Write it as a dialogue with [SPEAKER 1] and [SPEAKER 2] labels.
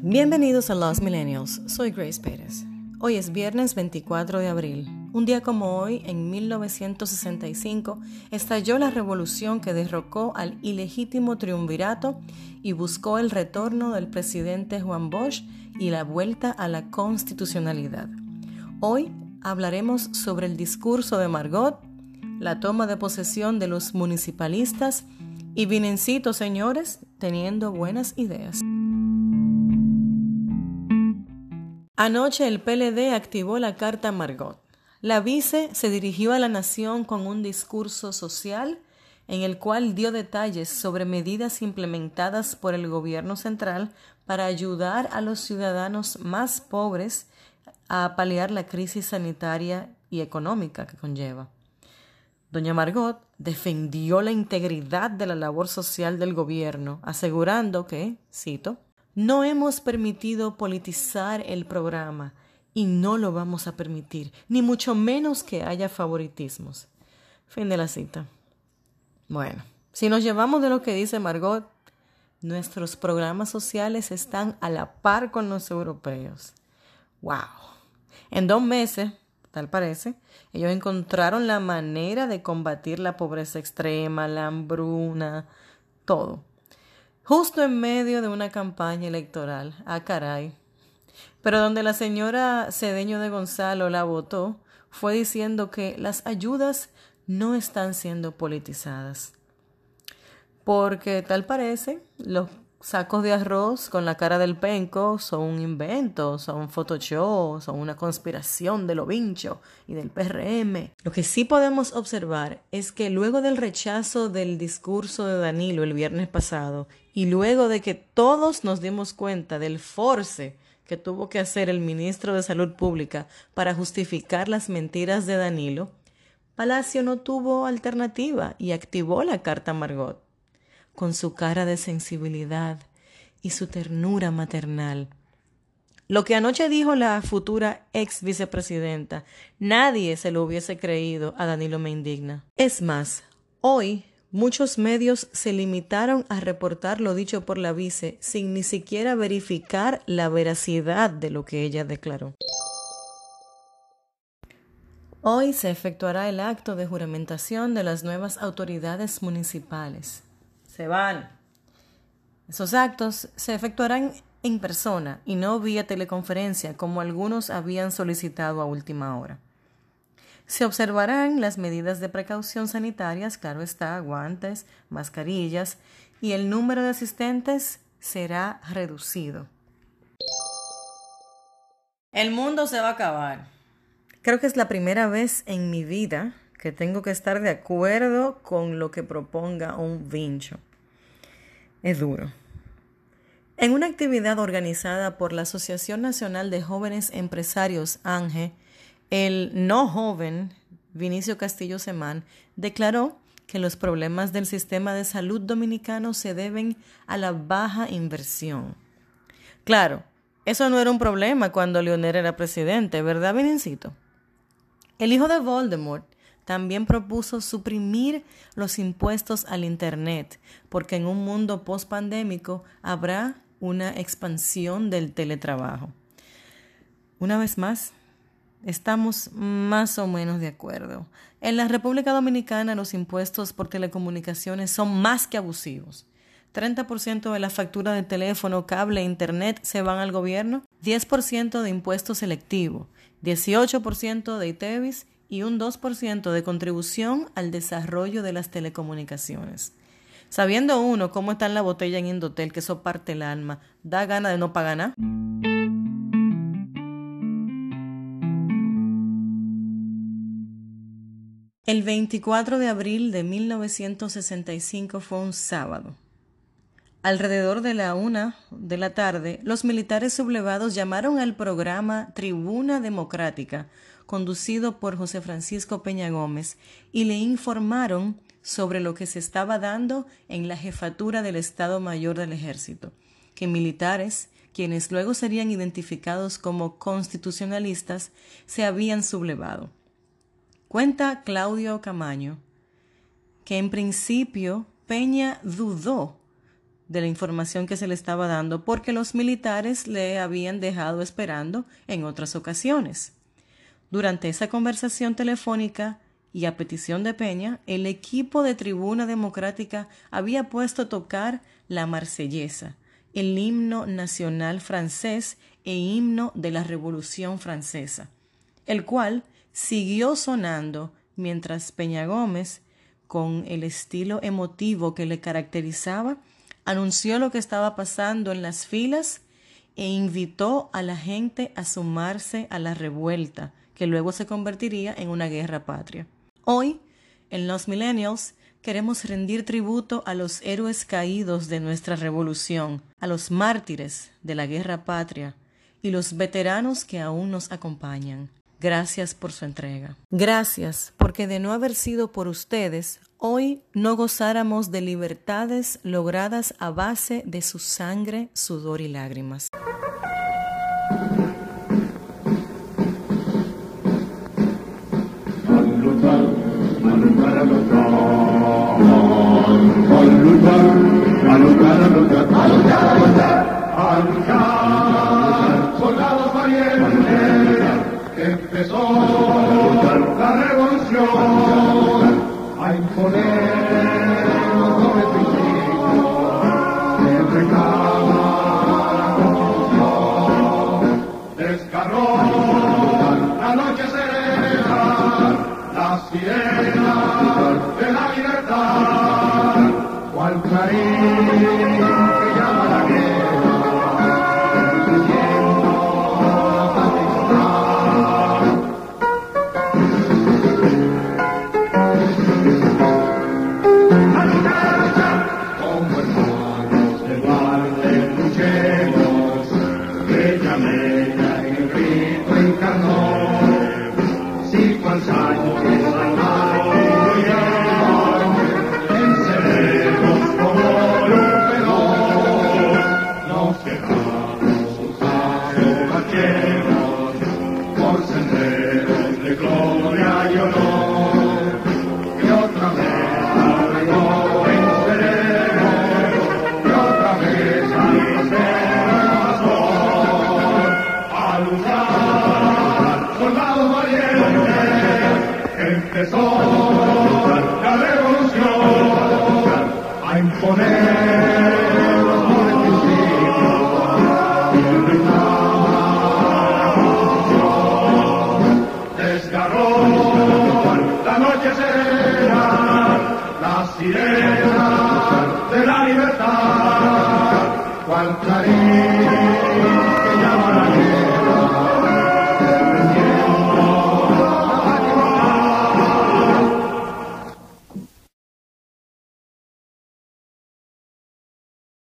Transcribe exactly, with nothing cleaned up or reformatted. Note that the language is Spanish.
[SPEAKER 1] Bienvenidos a Los Millennials, soy Grace Pérez. Hoy es viernes veinticuatro de abril. Un día como hoy, en mil novecientos sesenta y cinco, estalló la revolución que derrocó al ilegítimo triunvirato y buscó el retorno del presidente Juan Bosch y la vuelta a la constitucionalidad. Hoy hablaremos sobre el discurso de Margot, la toma de posesión de los municipalistas y vinencitos, señores, teniendo buenas ideas. Anoche el P L D activó la Carta Margot. La vice se dirigió a la nación con un discurso social en el cual dio detalles sobre medidas implementadas por el gobierno central para ayudar a los ciudadanos más pobres a paliar la crisis sanitaria y económica que conlleva. Doña Margot defendió la integridad de la labor social del gobierno, asegurando que, cito, no hemos permitido politizar el programa y no lo vamos a permitir, ni mucho menos que haya favoritismos. Fin de la cita. Bueno, si nos llevamos de lo que dice Margot, nuestros programas sociales están a la par con los europeos. ¡Wow! En dos meses, tal parece, ellos encontraron la manera de combatir la pobreza extrema, la hambruna, todo. Justo en medio de una campaña electoral. ¡Ah, caray! Pero donde la señora Cedeño de Gonzalo la votó, fue diciendo que las ayudas no están siendo politizadas. Porque tal parece, los sacos de arroz con la cara del penco son un invento, son un photoshop, son una conspiración de los vinchos y del P R M. Lo que sí podemos observar es que luego del rechazo del discurso de Danilo el viernes pasado y luego de que todos nos dimos cuenta del force que tuvo que hacer el ministro de Salud Pública para justificar las mentiras de Danilo, Palacio no tuvo alternativa y activó la Carta Margot. Con su cara de sensibilidad y su ternura maternal. Lo que anoche dijo la futura ex vicepresidenta, nadie se lo hubiese creído a Danilo me indigna. Es más, hoy muchos medios se limitaron a reportar lo dicho por la vice sin ni siquiera verificar la veracidad de lo que ella declaró. Hoy se efectuará el acto de juramentación de las nuevas autoridades municipales. Se van. Esos actos se efectuarán en persona y no vía teleconferencia como algunos habían solicitado a última hora. Se observarán las medidas de precaución sanitarias, claro está, guantes, mascarillas, y el número de asistentes será reducido. El mundo se va a acabar. Creo que es la primera vez en mi vida que tengo que estar de acuerdo con lo que proponga un vincho. Es duro. En una actividad organizada por la Asociación Nacional de Jóvenes Empresarios, ANGE, el no joven Vinicio Castillo Semán declaró que los problemas del sistema de salud dominicano se deben a la baja inversión. Claro, eso no era un problema cuando Leonel era presidente, ¿verdad, Vinencito? El hijo de Voldemort también propuso suprimir los impuestos al Internet, porque en un mundo post-pandémico habrá una expansión del teletrabajo. Una vez más, estamos más o menos de acuerdo. En la República Dominicana los impuestos por telecomunicaciones son más que abusivos. treinta por ciento de la factura de teléfono, cable e internet se van al gobierno, diez por ciento de impuesto selectivo, dieciocho por ciento de ITEVIS y un dos por ciento de contribución al desarrollo de las telecomunicaciones. Sabiendo uno cómo está en la botella en Indotel, que eso parte el alma, da gana de no pagar nada. El veinticuatro de abril de mil novecientos sesenta y cinco fue un sábado. Alrededor de la una de la tarde, los militares sublevados llamaron al programa Tribuna Democrática, conducido por José Francisco Peña Gómez, y le informaron sobre lo que se estaba dando en la jefatura del Estado Mayor del Ejército, que militares, quienes luego serían identificados como constitucionalistas, se habían sublevado. Cuenta Claudio Camaño que en principio Peña dudó de la información que se le estaba dando porque los militares le habían dejado esperando en otras ocasiones. Durante esa conversación telefónica y a petición de Peña, el equipo de Tribuna Democrática había puesto a tocar la Marsellesa, el himno nacional francés e himno de la Revolución Francesa, el cual siguió sonando mientras Peña Gómez, con el estilo emotivo que le caracterizaba, anunció lo que estaba pasando en las filas e invitó a la gente a sumarse a la revuelta, que luego se convertiría en una guerra patria. Hoy, en Los Millennials, queremos rendir tributo a los héroes caídos de nuestra revolución, a los mártires de la guerra patria y los veteranos que aún nos acompañan. Gracias por su entrega. Gracias, porque de no haber sido por ustedes, hoy no gozáramos de libertades logradas a base de su sangre, sudor y lágrimas.
[SPEAKER 2] A luchar, a luchar, a luchar, a luchar, a luchar, a luchar, a luchar, a luchar, soldados valientes. Empezó la revolución a imponer los principios que reclama la Constitución. Desgarró la noche serena, la sirena de la libertad, cual clarín que llama la guerra. Empezó la revolución a imponer los principios que reclama la Constitución. Desgarró la noche serena, la sirena de la libertad, cual clarín